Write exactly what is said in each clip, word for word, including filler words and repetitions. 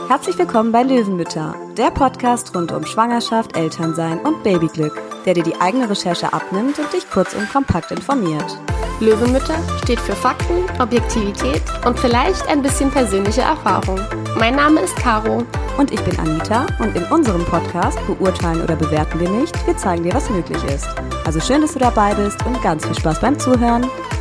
Herzlich willkommen bei Löwenmütter, der Podcast rund um Schwangerschaft, Elternsein und Babyglück, der dir die eigene Recherche abnimmt und dich kurz und kompakt informiert. Löwenmütter steht für Fakten, Objektivität und vielleicht ein bisschen persönliche Erfahrung. Mein Name ist Caro. Und ich bin Anita und in unserem Podcast beurteilen oder bewerten wir nicht, wir zeigen dir, was möglich ist. Also schön, dass du dabei bist und ganz viel Spaß beim Zuhören.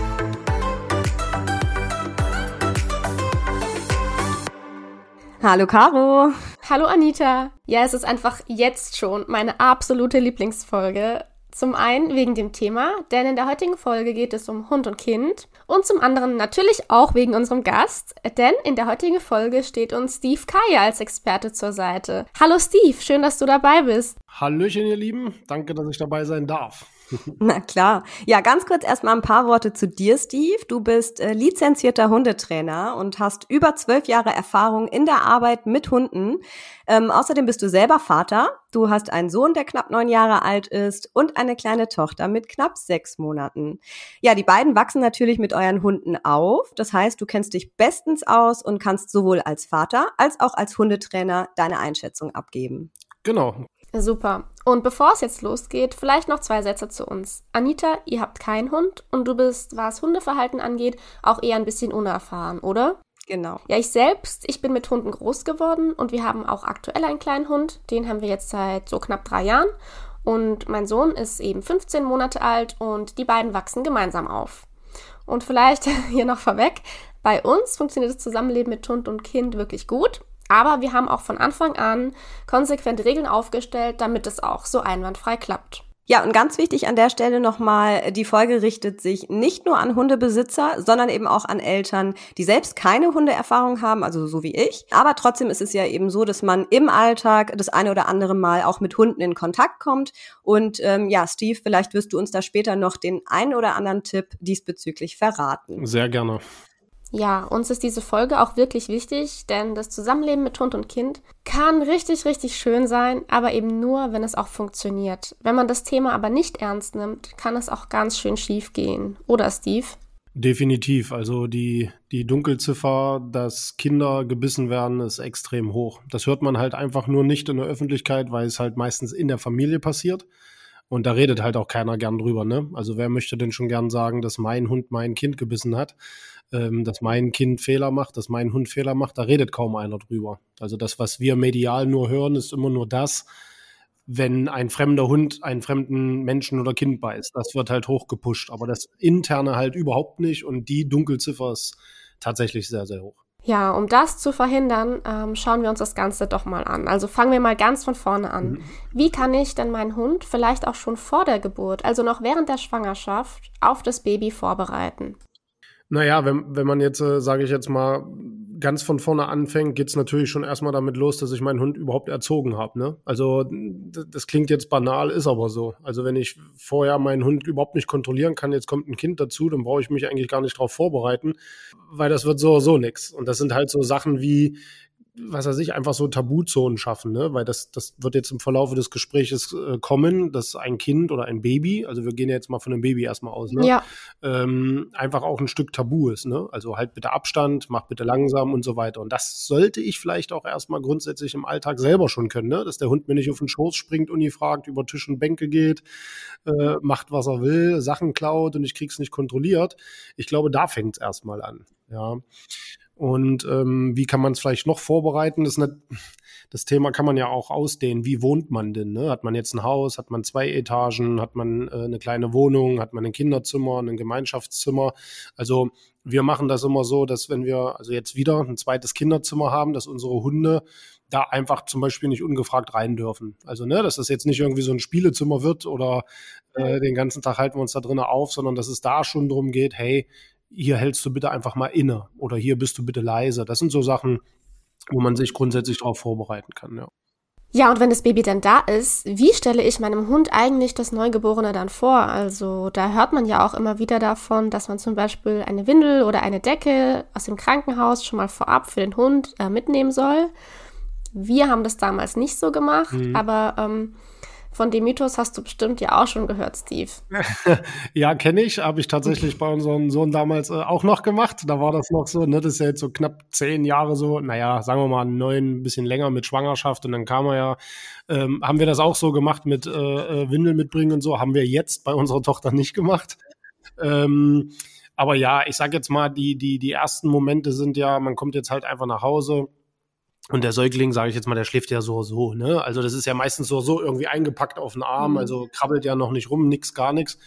Hallo Caro. Hallo Anita. Ja, es ist einfach jetzt schon meine absolute Lieblingsfolge. Zum einen wegen dem Thema, denn in der heutigen Folge geht es um Hund und Kind. Und zum anderen natürlich auch wegen unserem Gast, denn in der heutigen Folge steht uns Steve Kaya als Experte zur Seite. Hallo Steve, schön, dass du dabei bist. Hallöchen, ihr Lieben. Danke, dass ich dabei sein darf. Na klar. Ja, ganz kurz erstmal ein paar Worte zu dir, Steve. Du bist äh, lizenzierter Hundetrainer und hast über zwölf Jahre Erfahrung in der Arbeit mit Hunden. Ähm, außerdem bist du selber Vater. Du hast einen Sohn, der knapp neun Jahre alt ist und eine kleine Tochter mit knapp sechs Monaten. Ja, die beiden wachsen natürlich mit euren Hunden auf. Das heißt, du kennst dich bestens aus und kannst sowohl als Vater als auch als Hundetrainer deine Einschätzung abgeben. Genau. Super. Und bevor es jetzt losgeht, vielleicht noch zwei Sätze zu uns. Anita, ihr habt keinen Hund und du bist, was Hundeverhalten angeht, auch eher ein bisschen unerfahren, oder? Genau. Ja, ich selbst, ich bin mit Hunden groß geworden und wir haben auch aktuell einen kleinen Hund. Den haben wir jetzt seit so knapp drei Jahren. Und mein Sohn ist eben fünfzehn Monate alt und die beiden wachsen gemeinsam auf. Und vielleicht hier noch vorweg, bei uns funktioniert das Zusammenleben mit Hund und Kind wirklich gut. Aber wir haben auch von Anfang an konsequent Regeln aufgestellt, damit es auch so einwandfrei klappt. Ja, und ganz wichtig an der Stelle nochmal, die Folge richtet sich nicht nur an Hundebesitzer, sondern eben auch an Eltern, die selbst keine Hundeerfahrung haben, also so wie ich. Aber trotzdem ist es ja eben so, dass man im Alltag das eine oder andere Mal auch mit Hunden in Kontakt kommt. Und ähm, ja, Steve, vielleicht wirst du uns da später noch den einen oder anderen Tipp diesbezüglich verraten. Sehr gerne. Ja, uns ist diese Folge auch wirklich wichtig, denn das Zusammenleben mit Hund und Kind kann richtig, richtig schön sein, aber eben nur, wenn es auch funktioniert. Wenn man das Thema aber nicht ernst nimmt, kann es auch ganz schön schief gehen. Oder, Steve? Definitiv. Also die, die Dunkelziffer, dass Kinder gebissen werden, ist extrem hoch. Das hört man halt einfach nur nicht in der Öffentlichkeit, weil es halt meistens in der Familie passiert. Und da redet halt auch keiner gern drüber, ne? Also wer möchte denn schon gern sagen, dass mein Hund mein Kind gebissen hat, ähm, dass mein Kind Fehler macht, dass mein Hund Fehler macht, da redet kaum einer drüber. Also das, was wir medial nur hören, ist immer nur das, wenn ein fremder Hund einen fremden Menschen oder Kind beißt. Das wird halt hochgepusht, aber das Interne halt überhaupt nicht und die Dunkelziffer ist tatsächlich sehr, sehr hoch. Ja, um das zu verhindern, ähm, schauen wir uns das Ganze doch mal an. Also fangen wir mal ganz von vorne an. Mhm. Wie kann ich denn meinen Hund vielleicht auch schon vor der Geburt, also noch während der Schwangerschaft, auf das Baby vorbereiten? Naja, wenn, wenn man jetzt, äh, sage ich jetzt mal, ganz von vorne anfängt, geht's natürlich schon erstmal damit los, dass ich meinen Hund überhaupt erzogen habe, ne? Also d- das klingt jetzt banal, ist aber so. Also wenn ich vorher meinen Hund überhaupt nicht kontrollieren kann, jetzt kommt ein Kind dazu, dann brauche ich mich eigentlich gar nicht drauf vorbereiten, weil das wird so oder so nix. Und das sind halt so Sachen wie, was weiß ich, einfach so Tabuzonen schaffen, ne? Weil das, das wird jetzt im Verlauf des Gespräches äh, kommen, dass ein Kind oder ein Baby, also wir gehen jetzt mal von einem Baby erstmal aus, ne? Ja. Ähm, einfach auch ein Stück Tabu ist, ne? Also halt bitte Abstand, mach bitte langsam und so weiter. Und das sollte ich vielleicht auch erstmal grundsätzlich im Alltag selber schon können, ne? Dass der Hund mir nicht auf den Schoß springt, ungefragt, über Tisch und Bänke geht, äh, macht, was er will, Sachen klaut und ich krieg's nicht kontrolliert. Ich glaube, da fängt's erstmal an, ja. Und ähm, wie kann man es vielleicht noch vorbereiten? Das, nicht, das Thema kann man ja auch ausdehnen. Wie wohnt man denn? Ne? Hat man jetzt ein Haus? Hat man zwei Etagen? Hat man äh, eine kleine Wohnung? Hat man ein Kinderzimmer, ein Gemeinschaftszimmer? Also wir machen das immer so, dass wenn wir also jetzt wieder ein zweites Kinderzimmer haben, dass unsere Hunde da einfach zum Beispiel nicht ungefragt rein dürfen. Also ne, dass das jetzt nicht irgendwie so ein Spielezimmer wird oder äh, den ganzen Tag halten wir uns da drinnen auf, sondern dass es da schon darum geht, hey, hier hältst du bitte einfach mal inne oder hier bist du bitte leise. Das sind so Sachen, wo man sich grundsätzlich darauf vorbereiten kann, ja. Ja, und wenn das Baby dann da ist, wie stelle ich meinem Hund eigentlich das Neugeborene dann vor? Also da hört man ja auch immer wieder davon, dass man zum Beispiel eine Windel oder eine Decke aus dem Krankenhaus schon mal vorab für den Hund äh, mitnehmen soll. Wir haben das damals nicht so gemacht, mhm. aber ähm, Von dem Mythos hast du bestimmt ja auch schon gehört, Steve. Ja, kenne ich, habe ich tatsächlich bei unserem Sohn damals äh, auch noch gemacht. Da war das noch so, ne, das ist ja jetzt so knapp zehn Jahre so, naja, sagen wir mal neun, ein bisschen länger mit Schwangerschaft und dann kam er ja, ähm, haben wir das auch so gemacht mit äh, Windeln mitbringen und so, haben wir jetzt bei unserer Tochter nicht gemacht. Ähm, aber ja, ich sag jetzt mal, die, die, die ersten Momente sind ja, man kommt jetzt halt einfach nach Hause. Und der Säugling, sage ich jetzt mal, der schläft ja so so, ne? Also das ist ja meistens so so irgendwie eingepackt auf den Arm, mhm. also krabbelt ja noch nicht rum, nix, gar nichts.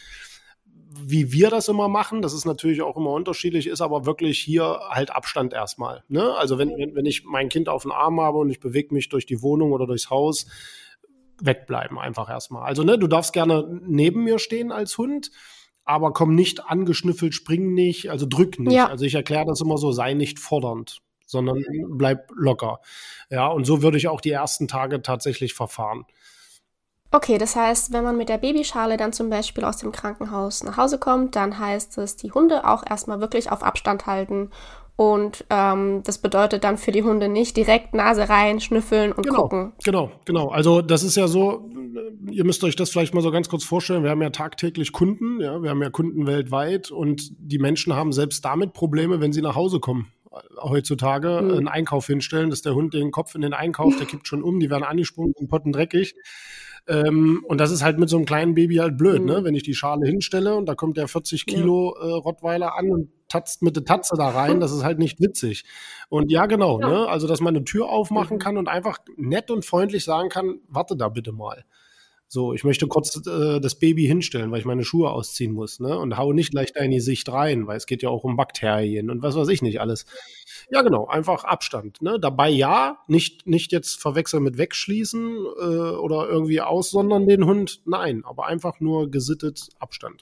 Wie wir das immer machen, das ist natürlich auch immer unterschiedlich, ist aber wirklich hier halt Abstand erstmal, ne? Also wenn, wenn, wenn ich mein Kind auf den Arm habe und ich bewege mich durch die Wohnung oder durchs Haus, wegbleiben einfach erstmal. Also ne, du darfst gerne neben mir stehen als Hund, aber komm nicht angeschnüffelt, spring nicht, also drück nicht. Ja. Also ich erkläre das immer so, sei nicht fordernd, sondern bleib locker. Ja, und so würde ich auch die ersten Tage tatsächlich verfahren. Okay, das heißt, wenn man mit der Babyschale dann zum Beispiel aus dem Krankenhaus nach Hause kommt, dann heißt es, die Hunde auch erstmal wirklich auf Abstand halten. Und ähm, das bedeutet dann für die Hunde nicht direkt Nase rein, schnüffeln und genau, gucken. Genau, genau. Also das ist ja so, ihr müsst euch das vielleicht mal so ganz kurz vorstellen, wir haben ja tagtäglich Kunden, ja, wir haben ja Kunden weltweit und die Menschen haben selbst damit Probleme, wenn sie nach Hause kommen. Heutzutage mhm. einen Einkauf hinstellen, dass der Hund den Kopf in den Einkauf, der kippt schon um, die werden angesprungen, sind pottendreckig. Ähm, und das ist halt mit so einem kleinen Baby halt blöd, mhm. ne? Wenn ich die Schale hinstelle und da kommt der vierzig Kilo äh, Rottweiler an und tatzt mit der Tatze da rein, das ist halt nicht witzig. Und ja, genau, ja. ne? Also, dass man eine Tür aufmachen mhm. kann und einfach nett und freundlich sagen kann, warte da bitte mal. So, ich möchte kurz äh, das Baby hinstellen, weil ich meine Schuhe ausziehen muss, ne? Und hau nicht gleich da in die Sicht rein, weil es geht ja auch um Bakterien und was weiß ich nicht alles. Ja, genau, einfach Abstand, ne? Dabei ja, nicht, nicht jetzt verwechseln mit wegschließen äh, oder irgendwie aussondern den Hund, nein, aber einfach nur gesittet Abstand.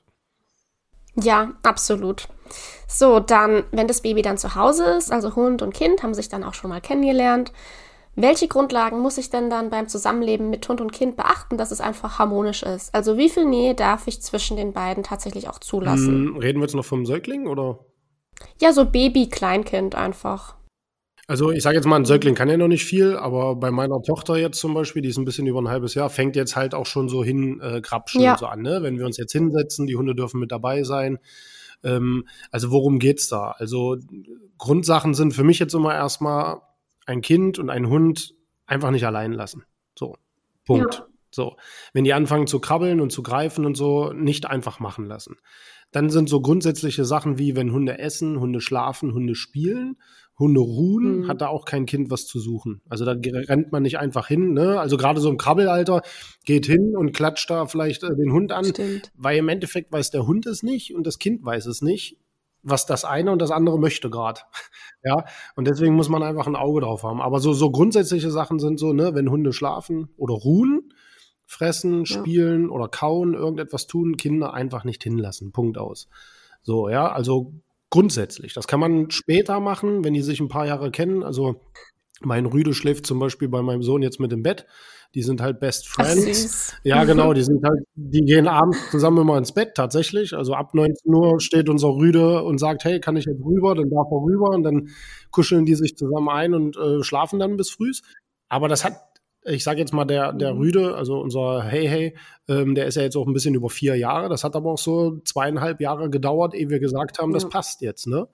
Ja, absolut. So, dann, wenn das Baby dann zu Hause ist, also Hund und Kind haben sich dann auch schon mal kennengelernt, welche Grundlagen muss ich denn dann beim Zusammenleben mit Hund und Kind beachten, dass es einfach harmonisch ist? Also wie viel Nähe darf ich zwischen den beiden tatsächlich auch zulassen? Hm, reden wir jetzt noch vom Säugling, oder? Ja, so Baby, Kleinkind einfach. Also ich sage jetzt mal, ein Säugling kann ja noch nicht viel, aber bei meiner Tochter jetzt zum Beispiel, die ist ein bisschen über ein halbes Jahr, fängt jetzt halt auch schon so hin, äh, krapschen ja. und so an, ne? Wenn wir uns jetzt hinsetzen, die Hunde dürfen mit dabei sein. Ähm, also worum geht's da? Also Grundsachen sind für mich jetzt immer erstmal, ein Kind und ein Hund einfach nicht allein lassen. So, Punkt. Ja. So, wenn die anfangen zu krabbeln und zu greifen und so, nicht einfach machen lassen. Dann sind so grundsätzliche Sachen wie, wenn Hunde essen, Hunde schlafen, Hunde spielen, Hunde ruhen, mhm. hat da auch kein Kind was zu suchen. Also da rennt man nicht einfach hin, ne? Also gerade so im Krabbelalter geht hin und klatscht da vielleicht äh, den Hund an, Stimmt. Weil im Endeffekt weiß der Hund es nicht und das Kind weiß es nicht, was das eine und das andere möchte gerade. Ja, und deswegen muss man einfach ein Auge drauf haben. Aber so, so grundsätzliche Sachen sind so, ne, wenn Hunde schlafen oder ruhen, fressen, spielen ja. oder kauen, irgendetwas tun, Kinder einfach nicht hinlassen. Punkt aus. So, ja, also grundsätzlich. Das kann man später machen, wenn die sich ein paar Jahre kennen. Also mein Rüde schläft zum Beispiel bei meinem Sohn jetzt mit im Bett. Die sind halt Best Friends. Ach, ja, genau, die sind halt, die gehen abends zusammen immer ins Bett tatsächlich. Also ab neunzehn Uhr steht unser Rüde und sagt, hey, kann ich jetzt rüber? Dann darf er rüber und dann kuscheln die sich zusammen ein und äh, schlafen dann bis früh. Aber das hat, ich sage jetzt mal, der, der Rüde, also unser Hey Hey, ähm, der ist ja jetzt auch ein bisschen über vier Jahre. Das hat aber auch so zweieinhalb Jahre gedauert, ehe wir gesagt haben, ja. das passt jetzt, ne?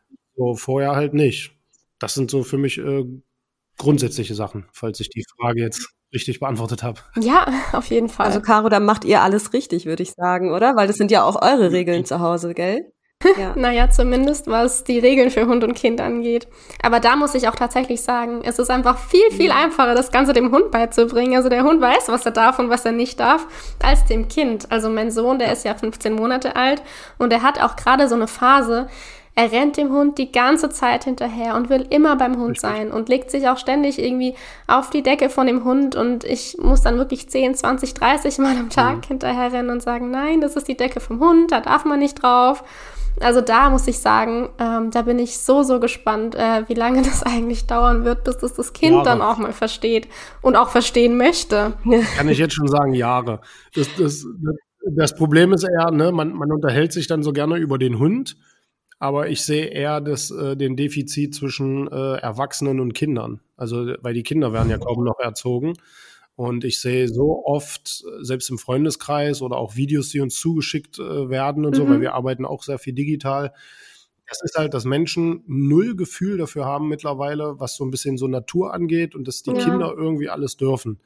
So vorher halt nicht. Das sind so für mich äh, grundsätzliche Sachen, falls ich die Frage jetzt richtig beantwortet habe. Ja, auf jeden Fall. Also Caro, da macht ihr alles richtig, würde ich sagen, oder? Weil das sind ja auch eure Regeln zu Hause, gell? Ja. Naja, zumindest was die Regeln für Hund und Kind angeht. Aber da muss ich auch tatsächlich sagen, es ist einfach viel, viel einfacher, das Ganze dem Hund beizubringen. Also der Hund weiß, was er darf und was er nicht darf, als dem Kind. Also mein Sohn, der ist ja fünfzehn Monate alt und er hat auch gerade so eine Phase, er rennt dem Hund die ganze Zeit hinterher und will immer beim Hund sein und legt sich auch ständig irgendwie auf die Decke von dem Hund und ich muss dann wirklich zehn, zwanzig, dreißig Mal am Tag mhm. hinterher rennen und sagen, nein, das ist die Decke vom Hund, da darf man nicht drauf. Also da muss ich sagen, ähm, da bin ich so, so gespannt, äh, wie lange das eigentlich dauern wird, bis das das Kind Jahre. Dann auch mal versteht und auch verstehen möchte. Kann ich jetzt schon sagen, Jahre. Das, das, das Problem ist eher, ne, man, man unterhält sich dann so gerne über den Hund, aber ich sehe eher das, äh, den Defizit zwischen äh, Erwachsenen und Kindern. Also, weil die Kinder werden ja kaum noch erzogen. Und ich sehe so oft, selbst im Freundeskreis oder auch Videos, die uns zugeschickt äh, werden und so, Mhm. weil wir arbeiten auch sehr viel digital. Das ist halt, dass Menschen null Gefühl dafür haben mittlerweile, was so ein bisschen so Natur angeht und dass die Ja. Kinder irgendwie alles dürfen.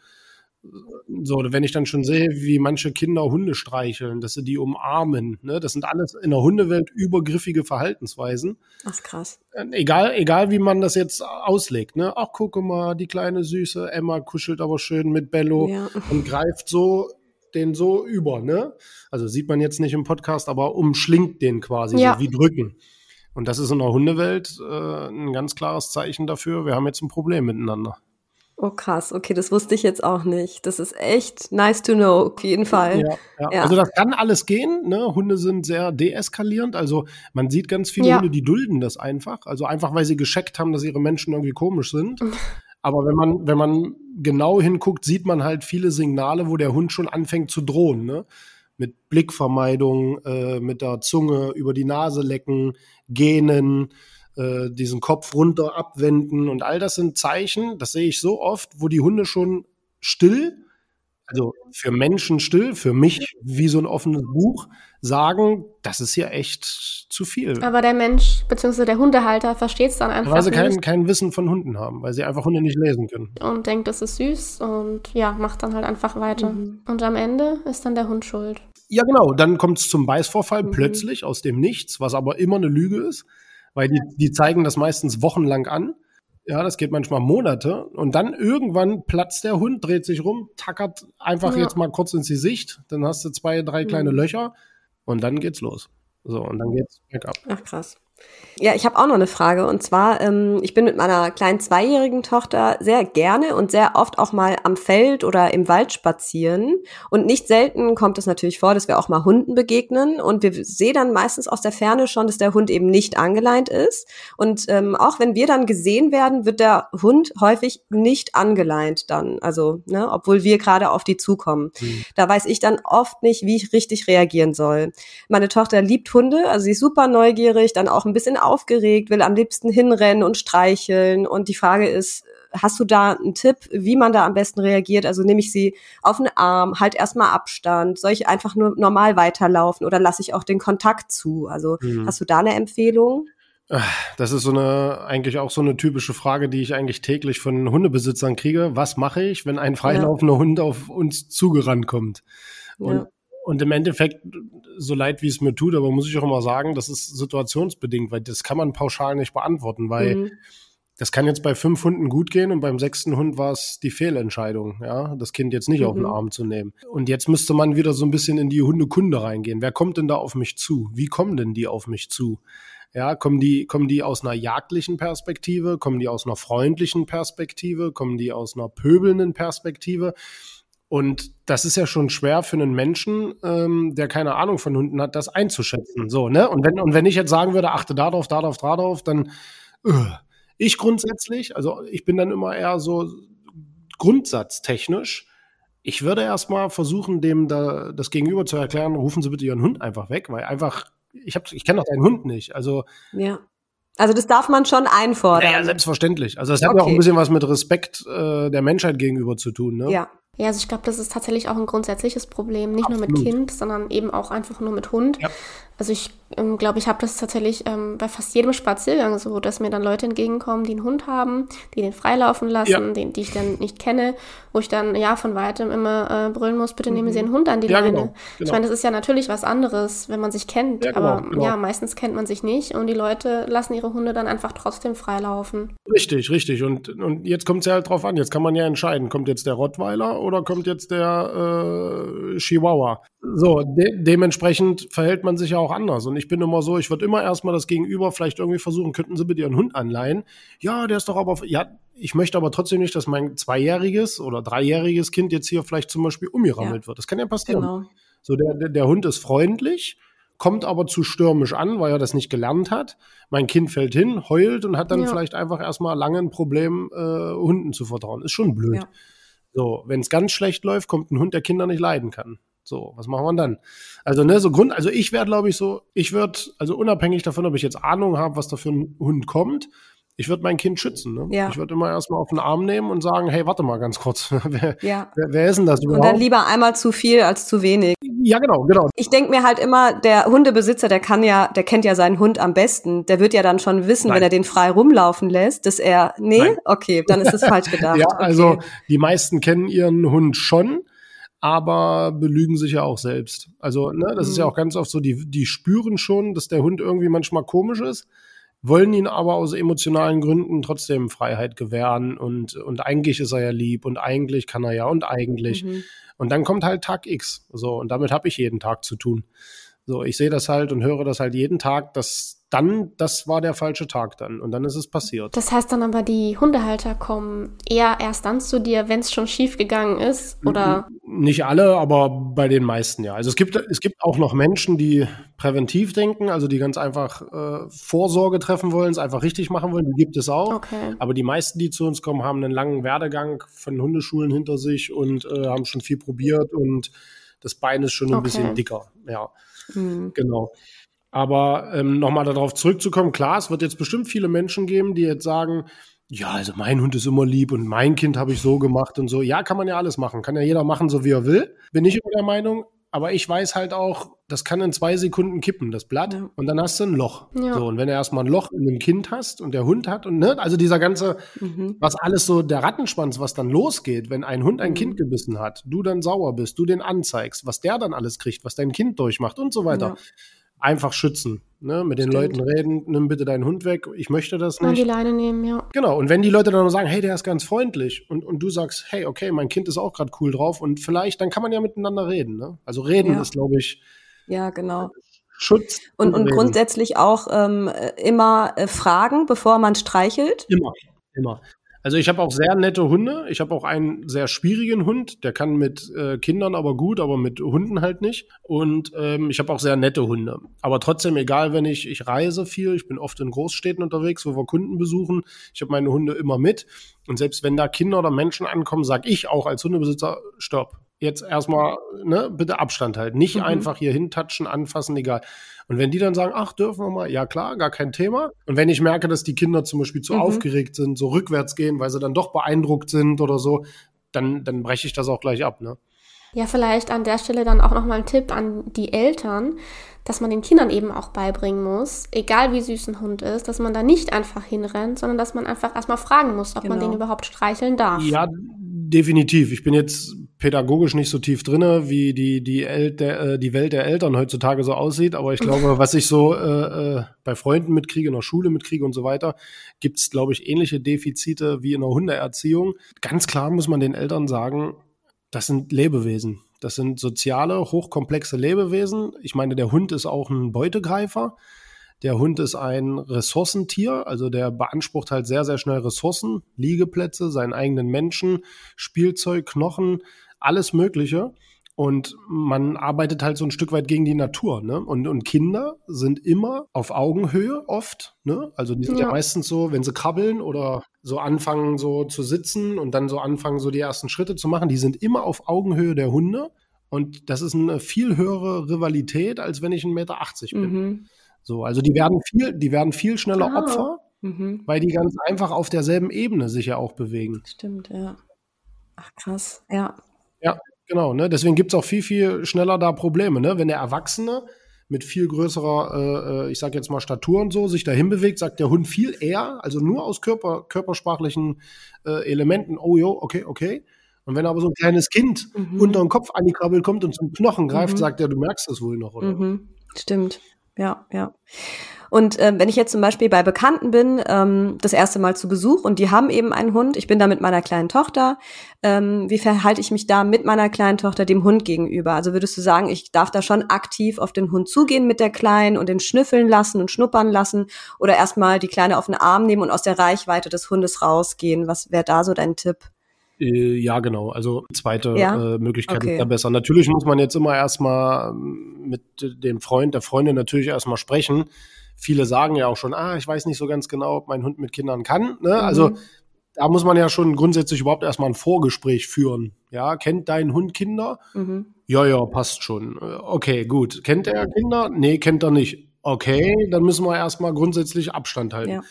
So, wenn ich dann schon sehe, wie manche Kinder Hunde streicheln, dass sie die umarmen, ne? Das sind alles in der Hundewelt übergriffige Verhaltensweisen. Das ist krass. Äh, Egal, egal wie man das jetzt auslegt, ne? Ach, gucke mal, die kleine süße Emma kuschelt aber schön mit Bello Ja. und greift so den so über, ne? Also sieht man jetzt nicht im Podcast, aber umschlingt den quasi, Ja. so wie drücken. Und das ist in der Hundewelt äh, ein ganz klares Zeichen dafür, wir haben jetzt ein Problem miteinander. Oh krass, okay, das wusste ich jetzt auch nicht. Das ist echt nice to know, auf jeden Fall. Ja, ja. Ja. Also das kann alles gehen. Ne? Hunde sind sehr deeskalierend. Also man sieht ganz viele Ja. Hunde, die dulden das einfach. Also einfach, weil sie gescheckt haben, dass ihre Menschen irgendwie komisch sind. Aber wenn man, wenn man genau hinguckt, sieht man halt viele Signale, wo der Hund schon anfängt zu drohen. Ne? Mit Blickvermeidung, äh, mit der Zunge über die Nase lecken, gähnen, äh, diesen Kopf runter abwenden und all das sind Zeichen, das sehe ich so oft, wo die Hunde schon still, also für Menschen still, für mich wie so ein offenes Buch, sagen, das ist hier echt zu viel. Aber der Mensch bzw. der Hundehalter versteht es dann einfach Weil sie kein, nicht kein Wissen von Hunden haben, weil sie einfach Hunde nicht lesen können. und denkt, das ist süß und ja, macht dann halt einfach weiter. Mhm. Und am Ende ist dann der Hund schuld. Ja, genau, dann kommt es zum Beißvorfall Mhm. plötzlich aus dem Nichts, was aber immer eine Lüge ist, weil die, die zeigen das meistens wochenlang an. Ja, das geht manchmal Monate und dann irgendwann platzt der Hund, dreht sich rum, tackert einfach Ja. jetzt mal kurz ins Gesicht, dann hast du zwei, drei kleine Mhm. Löcher und dann geht's los. So, und dann geht's bergab. Ach krass. Ja, ich habe auch noch eine Frage und zwar, ähm, ich bin mit meiner kleinen zweijährigen Tochter sehr gerne und sehr oft auch mal am Feld oder im Wald spazieren und nicht selten kommt es natürlich vor, dass wir auch mal Hunden begegnen und wir sehen dann meistens aus der Ferne schon, dass der Hund eben nicht angeleint ist und ähm, auch wenn wir dann gesehen werden, wird der Hund häufig nicht angeleint dann, also ne, obwohl wir gerade auf die zukommen. Mhm. Da weiß ich dann oft nicht, wie ich richtig reagieren soll. Meine Tochter liebt Hunde, also sie ist super neugierig, dann auch ein bisschen aufgeregt, will am liebsten hinrennen und streicheln. Und die Frage ist, hast du da einen Tipp, wie man da am besten reagiert? Also nehme ich sie auf den Arm, halt erstmal Abstand, soll ich einfach nur normal weiterlaufen oder lasse ich auch den Kontakt zu? Also Mhm. hast du da eine Empfehlung? Das ist so eine, eigentlich auch so eine typische Frage, die ich eigentlich täglich von Hundebesitzern kriege. Was mache ich, wenn ein freilaufender Hund auf uns zugerannt kommt? Und Ja. Und im Endeffekt, so leid wie es mir tut, aber muss ich auch immer sagen, das ist situationsbedingt, weil das kann man pauschal nicht beantworten, weil Mhm. das kann jetzt bei fünf Hunden gut gehen und beim sechsten Hund war es die Fehlentscheidung, ja, das Kind jetzt nicht Mhm. auf den Arm zu nehmen. Und jetzt müsste man wieder so ein bisschen in die Hundekunde reingehen. Wer kommt denn da auf mich zu? Wie kommen denn die auf mich zu? Ja, kommen die, kommen die aus einer jagdlichen Perspektive? Kommen die aus einer freundlichen Perspektive? Kommen die aus einer pöbelnden Perspektive? Und das ist ja schon schwer für einen Menschen, ähm, der keine Ahnung von Hunden hat, das einzuschätzen. So, ne? Und wenn, und wenn ich jetzt sagen würde, achte da drauf, da drauf, da drauf, dann uh, ich grundsätzlich, also ich bin dann immer eher so grundsatztechnisch, ich würde erstmal versuchen, dem da das Gegenüber zu erklären, rufen Sie bitte Ihren Hund einfach weg, weil einfach, ich hab, ich kenne doch deinen Hund nicht. Also Ja. Also das darf man schon einfordern. ja, selbstverständlich. Also das hat ja auch Okay. ein bisschen was mit Respekt äh, der Menschheit gegenüber zu tun, ne? Ja. Ja, also ich glaube, das ist tatsächlich auch ein grundsätzliches Problem, nicht nur mit Absolut. Kind, sondern eben auch einfach nur mit Hund. Ja. Also ich ähm, glaube, ich habe das tatsächlich ähm, bei fast jedem Spaziergang so, dass mir dann Leute entgegenkommen, die einen Hund haben, die den freilaufen lassen, Ja. den, die ich dann nicht kenne, wo ich dann ja von weitem immer äh, brüllen muss, bitte nehmen Sie den Hund an die Ja, Leine. genau, Ich genau. meine, das ist ja natürlich was anderes, wenn man sich kennt, Ja, genau, aber genau. ja, meistens kennt man sich nicht und die Leute lassen ihre Hunde dann einfach trotzdem freilaufen. Richtig, richtig. Und, und jetzt kommt es ja halt drauf an. Jetzt kann man ja entscheiden, kommt jetzt der Rottweiler oder kommt jetzt der äh, Chihuahua. So, de dementsprechend verhält man sich ja auch anders. Und ich bin immer so, ich würde immer erstmal das Gegenüber vielleicht irgendwie versuchen, könnten Sie bitte Ihren Hund anleihen? Ja, der ist doch aber, ja, ich möchte aber trotzdem nicht, dass mein zweijähriges oder dreijähriges Kind jetzt hier vielleicht zum Beispiel umgerammelt wird. Das kann ja passieren. Genau. So, der, der, der Hund ist freundlich, kommt aber zu stürmisch an, weil er das nicht gelernt hat. Mein Kind fällt hin, heult und hat dann Ja. vielleicht einfach erstmal lange ein Problem, äh, Hunden zu vertrauen. Ist schon blöd. Ja. So, wenn es ganz schlecht läuft, kommt ein Hund, der Kinder nicht leiden kann. So, was machen wir dann? Also, ne, so Grund, also ich wäre, glaube ich, so, ich würde, also unabhängig davon, ob ich jetzt Ahnung habe, was da für ein Hund kommt, ich würde mein Kind schützen. Ne? Ja. Ich würde immer erstmal auf den Arm nehmen und sagen, hey, warte mal ganz kurz. wer, ja. wer, wer ist denn das überhaupt? Und dann lieber einmal zu viel als zu wenig. Ja, genau, genau. Ich denke mir halt immer, der Hundebesitzer, der kann ja, der kennt ja seinen Hund am besten. Der wird ja dann schon wissen, Nein. wenn er den frei rumlaufen lässt, dass er, nee, Nein. okay, dann ist es falsch gedacht. Ja, okay. also die meisten kennen ihren Hund schon, aber belügen sich ja auch selbst. Also, ne, das mhm. ist ja auch ganz oft so, die, die spüren schon, dass der Hund irgendwie manchmal komisch ist, wollen ihn aber aus emotionalen Gründen trotzdem Freiheit gewähren und, und eigentlich ist er ja lieb und eigentlich kann er ja und eigentlich. Mhm. Und dann kommt halt Tag X. So, und damit habe ich jeden Tag zu tun. So, ich sehe das halt und höre das halt jeden Tag, dass dann, das war der falsche Tag dann und dann ist es passiert. Das heißt dann aber, die Hundehalter kommen eher erst dann zu dir, wenn es schon schief gegangen ist, oder? Nicht alle, aber bei den meisten, ja. Also es gibt, es gibt auch noch Menschen, die präventiv denken, also die ganz einfach äh, Vorsorge treffen wollen, es einfach richtig machen wollen, die gibt es auch. Okay. Aber die meisten, die zu uns kommen, haben einen langen Werdegang von Hundeschulen hinter sich und äh, haben schon viel probiert und das Bein ist schon ein okay. bisschen dicker, ja. Mhm. Genau. Aber ähm, nochmal darauf zurückzukommen, klar, es wird jetzt bestimmt viele Menschen geben, die jetzt sagen, ja, also mein Hund ist immer lieb und mein Kind habe ich so gemacht und so. Ja, kann man ja alles machen. Kann ja jeder machen, so wie er will. Bin ich immer der Meinung. Aber ich weiß halt auch, das kann in zwei Sekunden kippen, das Blatt. Ja. Und dann hast du ein Loch. Ja. So, und wenn du erstmal ein Loch in dem Kind hast und der Hund hat und ne, also dieser ganze, mhm. was alles so, der Rattenschwanz, was dann losgeht, wenn ein Hund ein mhm. Kind gebissen hat, du dann sauer bist, du den anzeigst, was der dann alles kriegt, was dein Kind durchmacht und so weiter. Ja. Einfach schützen, ne? Mit den Stimmt. Leuten reden, nimm bitte deinen Hund weg, ich möchte das nicht. Und die Leine nehmen, ja. Genau, und wenn die Leute dann sagen, hey, der ist ganz freundlich und, und du sagst, hey, okay, mein Kind ist auch gerade cool drauf und vielleicht, dann kann man ja miteinander reden, ne? Also reden ja. ist, glaube ich, ja, genau. Schutz. Und, und grundsätzlich auch ähm, immer äh, fragen, bevor man streichelt? Immer, immer. Also ich habe auch sehr nette Hunde. Ich habe auch einen sehr schwierigen Hund. Der kann mit äh, Kindern aber gut, aber mit Hunden halt nicht. Und ähm, ich habe auch sehr nette Hunde. Aber trotzdem, egal, wenn ich, ich reise viel, ich bin oft in Großstädten unterwegs, wo wir Kunden besuchen. Ich habe meine Hunde immer mit. Und selbst wenn da Kinder oder Menschen ankommen, sage ich auch als Hundebesitzer, stopp. Jetzt erstmal, ne, bitte Abstand halten. Nicht mhm. einfach hier hintatschen, anfassen, egal. Und wenn die dann sagen, ach, dürfen wir mal? Ja, klar, gar kein Thema. Und wenn ich merke, dass die Kinder zum Beispiel zu mhm. aufgeregt sind, so rückwärts gehen, weil sie dann doch beeindruckt sind oder so, dann, dann breche ich das auch gleich ab, ne? Ja, vielleicht an der Stelle dann auch nochmal ein Tipp an die Eltern, dass man den Kindern eben auch beibringen muss, egal wie süß ein Hund ist, dass man da nicht einfach hinrennt, sondern dass man einfach erstmal fragen muss, ob genau. man den überhaupt streicheln darf. Ja, definitiv. Ich bin jetzt pädagogisch nicht so tief drinne, wie die die, El- der, äh, die Welt der Eltern heutzutage so aussieht, aber ich glaube, was ich so äh, äh, bei Freunden mitkriege, in der Schule mitkriege und so weiter, gibt es, glaube ich, ähnliche Defizite wie in der Hundeerziehung. Ganz klar muss man den Eltern sagen, das sind Lebewesen. Das sind soziale, hochkomplexe Lebewesen. Ich meine, der Hund ist auch ein Beutegreifer. Der Hund ist ein Ressourcentier, also der beansprucht halt sehr, sehr schnell Ressourcen, Liegeplätze, seinen eigenen Menschen, Spielzeug, Knochen, alles Mögliche. Und man arbeitet halt so ein Stück weit gegen die Natur, ne? Und, und Kinder sind immer auf Augenhöhe oft, ne? Also die sind ja. ja meistens so, wenn sie krabbeln oder so anfangen so zu sitzen und dann so anfangen so die ersten Schritte zu machen, die sind immer auf Augenhöhe der Hunde. Und das ist eine viel höhere Rivalität, als wenn ich ein Meter achtzig bin. Mhm. So, also die werden viel, die werden viel schneller Ah. Opfer, Mhm. weil die ganz einfach auf derselben Ebene sich ja auch bewegen. Stimmt, ja. Ach, krass, ja. Ja, genau, ne? Deswegen gibt's auch viel, viel schneller da Probleme, ne? Wenn der Erwachsene mit viel größerer, äh, ich sag jetzt mal Statur und so, sich dahin bewegt, sagt der Hund viel eher, also nur aus Körper, körpersprachlichen äh, Elementen, oh jo, okay, okay. Und wenn aber so ein kleines Kind Mhm. unter den Kopf angekrabbelt kommt und zum Knochen greift, Mhm. sagt er, du merkst es wohl noch, oder? Mhm. Stimmt, ja, ja. Und ähm, wenn ich jetzt zum Beispiel bei Bekannten bin, ähm, das erste Mal zu Besuch und die haben eben einen Hund, ich bin da mit meiner kleinen Tochter, ähm, wie verhalte ich mich da mit meiner kleinen Tochter dem Hund gegenüber? Also würdest du sagen, ich darf da schon aktiv auf den Hund zugehen mit der Kleinen und den schnüffeln lassen und schnuppern lassen oder erstmal die Kleine auf den Arm nehmen und aus der Reichweite des Hundes rausgehen? Was wäre da so dein Tipp? Äh, Ja, genau. Also zweite Ja? äh, Möglichkeit Okay. ist da besser. Natürlich muss man jetzt immer erstmal mit dem Freund, der Freundin natürlich erstmal sprechen. Viele sagen ja auch schon, ah, ich weiß nicht so ganz genau, ob mein Hund mit Kindern kann. Ne? Also Mhm. da muss man ja schon grundsätzlich überhaupt erstmal ein Vorgespräch führen. Ja, kennt dein Hund Kinder? Mhm. Ja, ja, passt schon. Äh, Okay, gut. Kennt er Kinder? Nee, kennt er nicht. Okay, dann müssen wir erstmal grundsätzlich Abstand halten. Ja.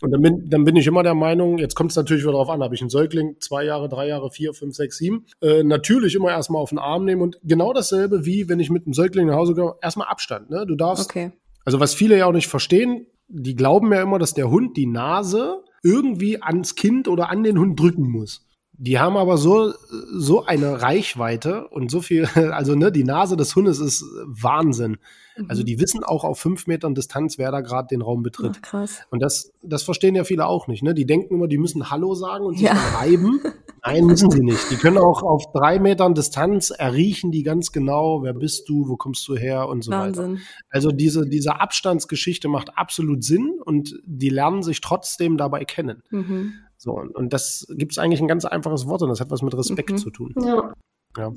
Und dann bin, dann bin ich immer der Meinung, jetzt kommt es natürlich wieder darauf an, habe ich einen Säugling, zwei Jahre, drei Jahre, vier, fünf, sechs, sieben, äh, natürlich immer erstmal auf den Arm nehmen und genau dasselbe wie, wenn ich mit einem Säugling nach Hause komme, erstmal Abstand. Ne? Du darfst, Okay. also was viele ja auch nicht verstehen, die glauben ja immer, dass der Hund die Nase irgendwie ans Kind oder an den Hund drücken muss. Die haben aber so, so eine Reichweite und so viel, also ne, die Nase des Hundes ist Wahnsinn. Mhm. Also die wissen auch auf fünf Metern Distanz, wer da gerade den Raum betritt. Ach, krass. Und das, das verstehen ja viele auch nicht. Ne? Die denken immer, die müssen Hallo sagen und sich ja. dann reiben. Nein, müssen sie nicht. Die können auch auf drei Metern Distanz erriechen die ganz genau, wer bist du, wo kommst du her und so Wahnsinn. Weiter. Also diese, diese Abstandsgeschichte macht absolut Sinn und die lernen sich trotzdem dabei kennen. Mhm. So, und das gibt es eigentlich ein ganz einfaches Wort und das hat was mit Respekt mhm. zu tun. Ja. ja.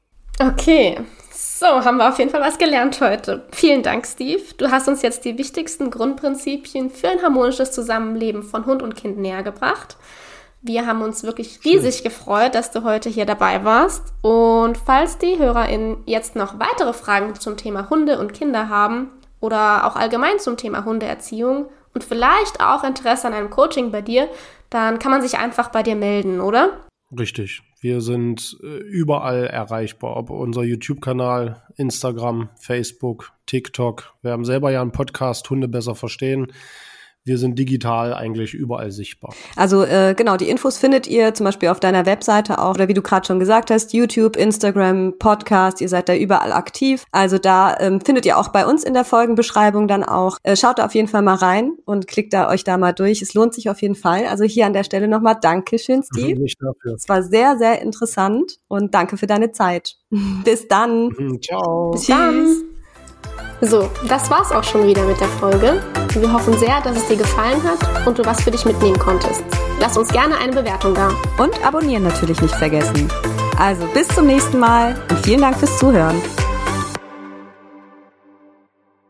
Okay, so haben wir auf jeden Fall was gelernt heute. Vielen Dank, Steve. Du hast uns jetzt die wichtigsten Grundprinzipien für ein harmonisches Zusammenleben von Hund und Kind näher gebracht. Wir haben uns wirklich riesig Schön. gefreut, dass du heute hier dabei warst. Und falls die HörerInnen jetzt noch weitere Fragen zum Thema Hunde und Kinder haben oder auch allgemein zum Thema Hundeerziehung und vielleicht auch Interesse an einem Coaching bei dir, dann kann man sich einfach bei dir melden, oder? Richtig. Wir sind äh, überall erreichbar, ob unser YouTube-Kanal, Instagram, Facebook, TikTok. Wir haben selber ja einen Podcast, Hunde besser verstehen. Wir sind digital eigentlich überall sichtbar. Also äh, genau, die Infos findet ihr zum Beispiel auf deiner Webseite auch, oder wie du gerade schon gesagt hast, YouTube, Instagram, Podcast, ihr seid da überall aktiv. Also da ähm, findet ihr auch bei uns in der Folgenbeschreibung dann auch. Äh, schaut da auf jeden Fall mal rein und klickt da euch da mal durch. Es lohnt sich auf jeden Fall. Also hier an der Stelle nochmal Dankeschön, Steve. Nicht dafür. Es war sehr, sehr interessant und danke für deine Zeit. Bis dann. Ciao. Bis dann. So, das war's auch schon wieder mit der Folge. Wir hoffen sehr, dass es dir gefallen hat und du was für dich mitnehmen konntest. Lass uns gerne eine Bewertung da. Und abonnieren natürlich nicht vergessen. Also bis zum nächsten Mal und vielen Dank fürs Zuhören.